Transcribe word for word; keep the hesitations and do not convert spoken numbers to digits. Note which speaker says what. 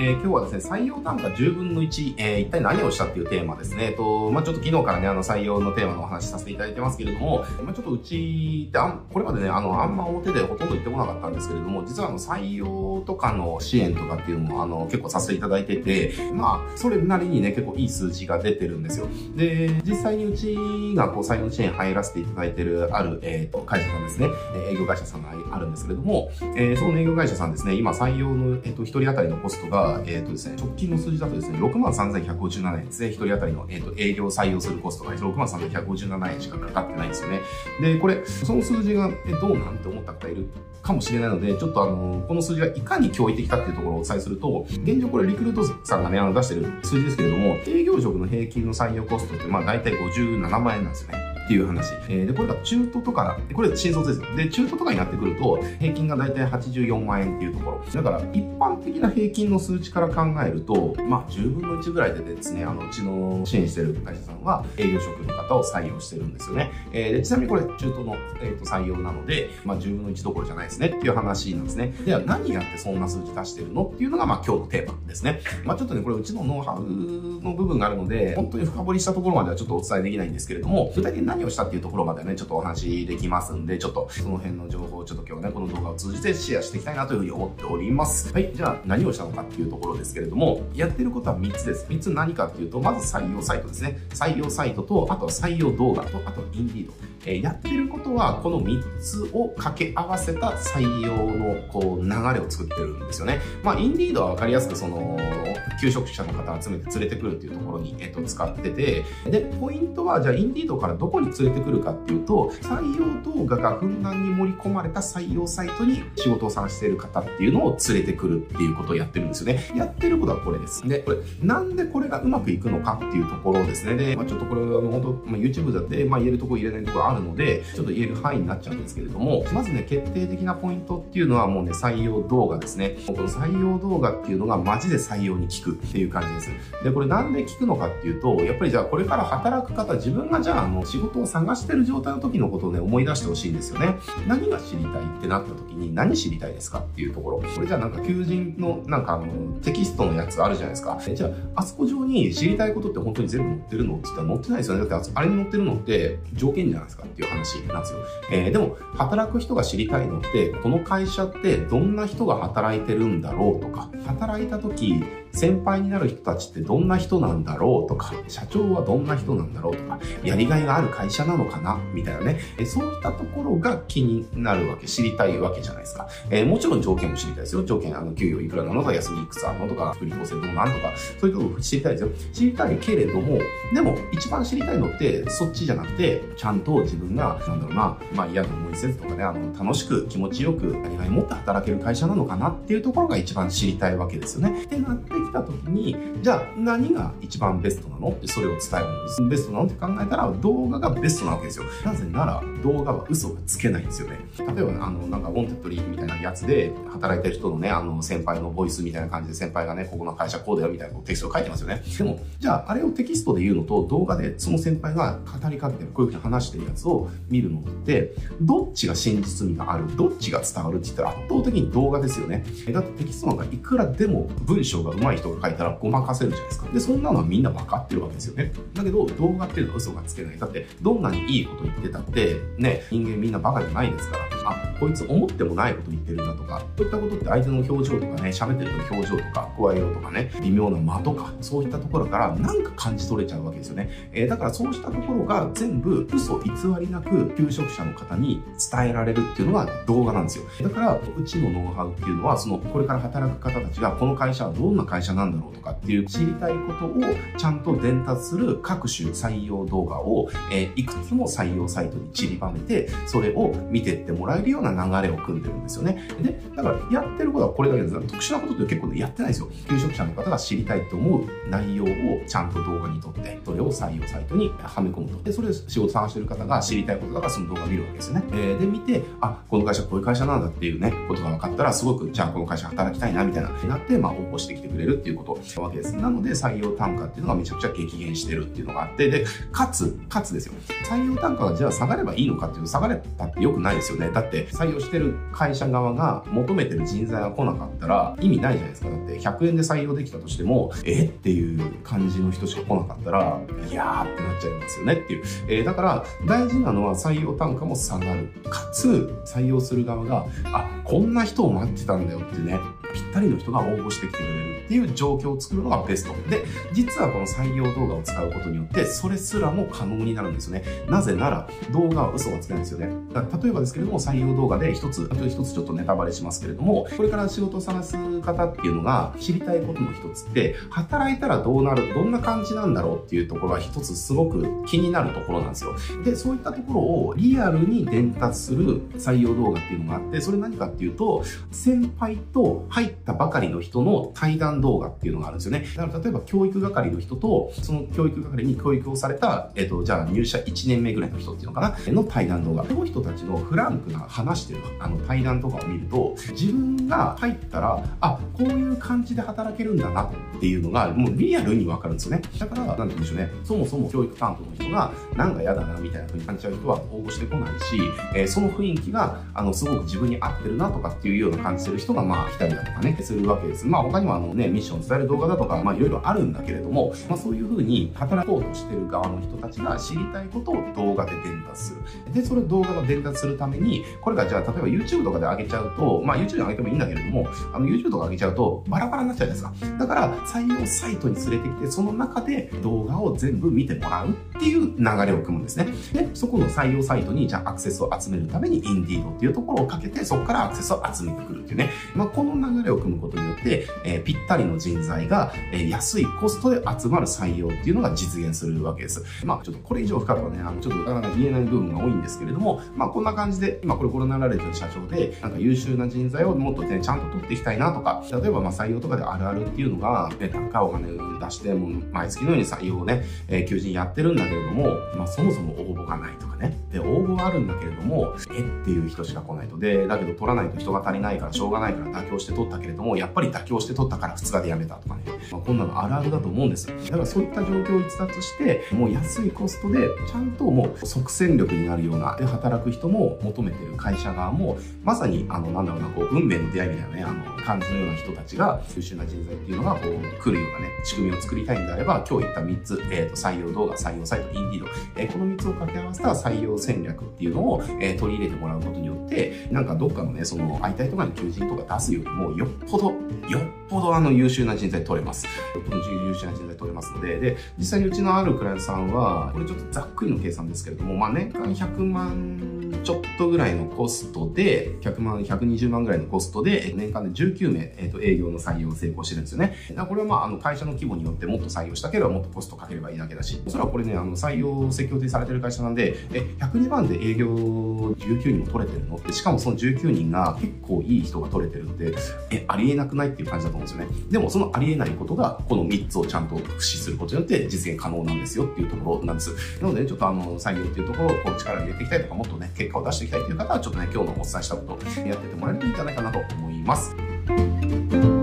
Speaker 1: えー、今日はですね、採用単価じゅうぶんのいち、えー、一体何をしたっていうテーマですね。えっと、まあ、ちょっと昨日からね、あの、採用のテーマのお話しさせていただいてますけれども、まあ、ちょっとうちってあん、これまでね、あの、あんま表でほとんど言ってこなかったんですけれども、実はあの、採用とかの支援とかっていうのも、あの、結構させていただいてて、まあ、それなりにね、結構いい数字が出てるんですよ。で、実際にうちがこう、採用支援入らせていただいてる、ある、えっと、会社さんですね、営業会社さんがあるんですけれども、えー、その営業会社さんですね、今採用の、えっと、一人当たりのコストが、えっとですね、直近の数字だとですね、ろくまんさんぜんひゃくごじゅうななえんですね。一人当たりの、えっと、営業採用するコストがろくまんさんぜんひゃくごじゅうななえんしかかかってないんですよね。で、これ、その数字が、え、どうなんて思った方いるかもしれないので、ちょっとあの、この数字がいかに驚異的かっていうところをお伝えすると、現状これリクルートさんがね、あの、出してる数字ですけれども、営業職の平均の採用コストって、まあ、だいたいごじゅうななまんえんなんですよね。っていう話。えー、で、これが中途とか、これ新卒ですよ。で、中途とかになってくると、平均がだいたいはちじゅうよんまんえんっていうところ。だから、一般的な平均の数値から考えると、まあ、じゅうぶんのいちぐらいでですね、あの、うちの支援してる会社さんは、営業職の方を採用してるんですよね。えー、で、ちなみにこれ、中途の、えー、と採用なので、まあ、じゅうぶんのいちどころじゃないですねっていう話なんですね。では、何やってそんな数字出してるのっていうのが、まあ、今日のテーマですね。まあ、ちょっとね、これ、うちのノウハウの部分があるので、本当に深掘りしたところまではちょっとお伝えできないんですけれども、具体的に何をしたっていうところまでね、ちょっとお話できますんで、ちょっとその辺の情報をちょっと今日はね、この動画を通じてシェアしていきたいなというふうに思っております。はい、じゃあ何をしたのかっていうところですけれども、やってることはみっつです。みっつ何かっていうと、まず採用サイトですね。採用サイトと、あとは採用動画と、あとはインディード。えー、やってることは、このみっつを掛け合わせた採用のこう流れを作ってるんですよね。まあ、インディードはわかりやすくその、求職者の方を集めて連れてくるっていうところに、えっと、使ってて、で、ポイントは、じゃあインディードからどこに連れてくるかっていうと、採用動画がふんだんに盛り込まれた採用サイトに仕事を探している方っていうのを連れてくるっていうことをやってるんですよね。やってることはこれです。で、これ、なんでこれがうまくいくのかっていうところですね。で、まあ、ちょっとこれは本当、まあ、YouTube だって、まあ、言えるところ入れないところあるので、ちょっと言える範囲になっちゃうんですけれども、まずね、決定的なポイントっていうのはもうね、採用動画ですね。この採用動画っていうのがマジで採用に効くっていう感じです。で、これなんで効くのかっていうと、やっぱりじゃあこれから働く方、自分がじゃああの仕事を探してる状態の時のことをね、思い出してほしいんですよね。何が知りたいってなった時に何知りたいですかっていうところ。これじゃあなんか求人のなんかあのテキストのやつあるじゃないですか。じゃああそこ上に知りたいことって本当に全部載ってるのって言ったら載ってないですよね。だってあれに載ってるのって条件じゃないですかっていう話なんですよ。えー、でも働く人が知りたいのって、この会社ってどんな人が働いてるんだろうとか、働いた時先輩になる人たちってどんな人なんだろうとか、社長はどんな人なんだろうとか、やりがいがある会社なのかなみたいなね。えそういったところが気になるわけ、知りたいわけじゃないですか。えー、もちろん条件も知りたいですよ。条件、あの、給与いくらなのとか、休みいくつあるのとか、福利厚生どうなんとか、そういうところ知りたいですよ。知りたいけれども、でも一番知りたいのってそっちじゃなくて、ちゃんと自分が、なんだろうな、まあ嫌な思いせずとかね、あの、楽しく気持ちよく、やりがい持って働ける会社なのかなっていうところが一番知りたいわけですよね。ってなってきた時に、じゃあ何が一番ベストなのってそれを伝えるのです。ベストなのって考えたら動画がベストなわけですよ。なぜなら動画は嘘がつけないんですよね。例えばあのなんかウォンテッドリーみたいなやつで働いてる人のね、あの先輩のボイスみたいな感じで先輩がね、ここの会社こうだよみたいなテキストを書いてますよね。でもじゃああれをテキストで言うのと動画でその先輩が語りかけてる、こういうふうに話してるやつを見るのってどっちが真実味がある、どっちが伝わるって言ったら圧倒的に動画ですよね。だってテキストなんかいくらでも文章が上手い人が書いたらごまかせるじゃないですか。で、そんなのはみんな分かってるわけですよね。だけど動画っていうのは嘘がつけない。だってどんなにいいこと言ってたってね、人間みんなバカじゃないですから、あ、こいつ思ってもないこと言ってるんだとか、そういったことって相手の表情とかね、喋ってる時の表情とか声色とかね、微妙な間とかそういったところからなんか感じ取れちゃうわけですよね。えー、だからそうしたところが全部嘘偽りなく求職者の方に伝えられるっていうのが動画なんですよ。だからうちのノウハウっていうのは、そのこれから働く方たちがこの会社はどんな会社なんだろうとかっていう知りたいことをちゃんと伝達する各種採用動画を、えー、いくつも採用サイトに散りばめて、それを見てってもらえるような流れを組んでるんですよね。で、だからやってることはこれだけです。特殊なことって結構ね、やってないですよ。求職者の方が知りたいと思う内容をちゃんと動画に撮って、それを採用サイトにはめ込むと。で、それで仕事探してる方が知りたいことだからその動画を見るわけですよね。えー、で、見て、あ、この会社こういう会社なんだっていうね、ことが分かったら、すごく、じゃあこの会社働きたいな、みたいな、なって、まあ、応募してきてくれるっていうことなわけです。なので、採用単価っていうのがめちゃくちゃ激減してるっていうのがあって、で、かつ、かつですよ。採用単価がじゃあ下がればいいのかっていうと、下がれたって良くないですよね。 だって採用してる会社側が求めてる人材が来なかったら意味ないじゃないですか。だってひゃくえんで採用できたとしても、えっていう感じの人しか来なかったら、いやーってなっちゃいますよねっていう。えー、だから大事なのは採用単価も下がる。かつ、採用する側が、あ、こんな人を待ってたんだよってね、ぴったりの人が応募してきてくれるっていう状況を作るのがベスト。で、実はこの採用動画を使うことによって、それすらも可能になるんですよね。なぜなら、動画は嘘がつけないんですよね。だから例えばですけれども、採用動画で一つ、あと一つちょっとネタバレしますけれども、これから仕事を探す方っていうのが知りたいことの一つって、働いたらどうなる、どんな感じなんだろうっていうところは一つすごく気になるところなんですよ。で、そういったところをリアルに伝達する採用動画っていうのがあって、それ何かっていうと、先輩と入ったばかりの人の対談動画っていうのがあるんですよね。だから例えば教育係の人と、その教育係に教育をされた、えっと、じゃあ入社いちねんめぐらいの人っていうのかなの対談動画。この人たちのフランクな話してるあの対談とかを見ると、自分が入ったら、あ、こういう感じで働けるんだなっていうのが、もうリアルにわかるんですよね。だから、なんて言うんでしょうね。そもそも教育担当の人が、なんか嫌だなみたいな風に感じちゃう人は応募してこないし、えー、その雰囲気が、あの、すごく自分に合ってるなとかっていうような感じてる人が、まあ、来たりだとかね、するわけです。まあ、他にもあのね、ミッションを伝える動画だとか、まあ、いろいろあるんだけれども、まあ、そういう風に働こうとしてる側の人たちが知りたいことを動画で伝達する。で、それを動画が伝達するために、これがじゃあ、例えば YouTube とかで上げちゃうと、まあ、YouTube で上げてもいいんだけれども、あの、YouTube とか上げちゃうと、バラバラになっちゃうじゃないですか。だから、採用サイトに連れてきて、その中で動画を全部見てもらうっていう流れを組むんですね。で、そこの採用サイトに、じゃあアクセスを集めるために Indeed っていうところをかけて、そこからアクセスを集めてくるっていうね。まあ、この流れを組むことによって、えー、ぴったりの人材が、えー、安いコストで集まる採用っていうのが実現するわけです。まあ、ちょっとこれ以上深くはね、あの、ちょっとなかなか言えない部分が多いんですけれども、まあ、こんな感じで、今これコロナられてる社長で、なんか優秀な人材をもっとね、ちゃんと取っていきたいなとか、例えばまあ採用とかであるあるっていうのが、ね、高いお金を出して、もう毎月のように採用をね、えー、求人やってるんだけれども、まあ、そもそも応募がないとかね。で、応募はあるんだけれども、えっていう人しか来ないと。で、だけど取らないと人が足りないからしょうがないから妥協して取ったけれども、やっぱり妥協して取ったからふつかで辞めたとかね。まあ、こんなのあるあるだと思うんですよ。だからそういった状況を逸脱して、もう安いコストで、ちゃんともう即戦力になるような、で、働く人も求めてる会社側も、まさに、あの、なんだろうな、こう、運命の出会いみたいなね、あの、感じのような人たちが、優秀な人材っていうのが、こう、来るようなね、仕組みを作りたいんであれば、今日言ったみっつ、えっと、採用動画、採用サイト、インディード、えー、このみっつを掛け合わせた採用戦略っていうのを、えー、取り入れてもらうことによって、なんかどっかのね、その、会いたいとかに求人とか出すよりも、よっぽど、よっぽどあの、優秀な人材取れます。よっぽど優秀な人材取れますので、で、実際にうちのあるクライアントさんは、これちょっとざっくりの計算ですけれども、まあ、年間ひゃくまんちょっとぐらいのコストで、ひゃくまん、ひゃくにじゅうまんぐらいのコストで、年間でじゅうきゅうめい、えっと、営業の採用を成功してるんですよね。だからこれはまあ、あの、会社の規模によってもっと採用したければもっとコストかければいいだけだし、それはこれね、あの、採用積極的にされてる会社なんで、え、ひゃくにまんで営業じゅうきゅうにんも取れてるのって、しかもそのじゅうきゅうにんが結構いい人が取れてるって、え、ありえなくないっていう感じだと思うんですよね。でもそのありえないことが、このみっつをちゃんと駆使することによって実現可能なんですよっていうところなんです。なので、ね、ちょっとあの、採用っていうところをこう力を入れていきたいとか、もっとね、結果を出していきたいという方は、ちょっとね、今日のお伝えしたことをやっててもらえるといいんじゃないかなと思います。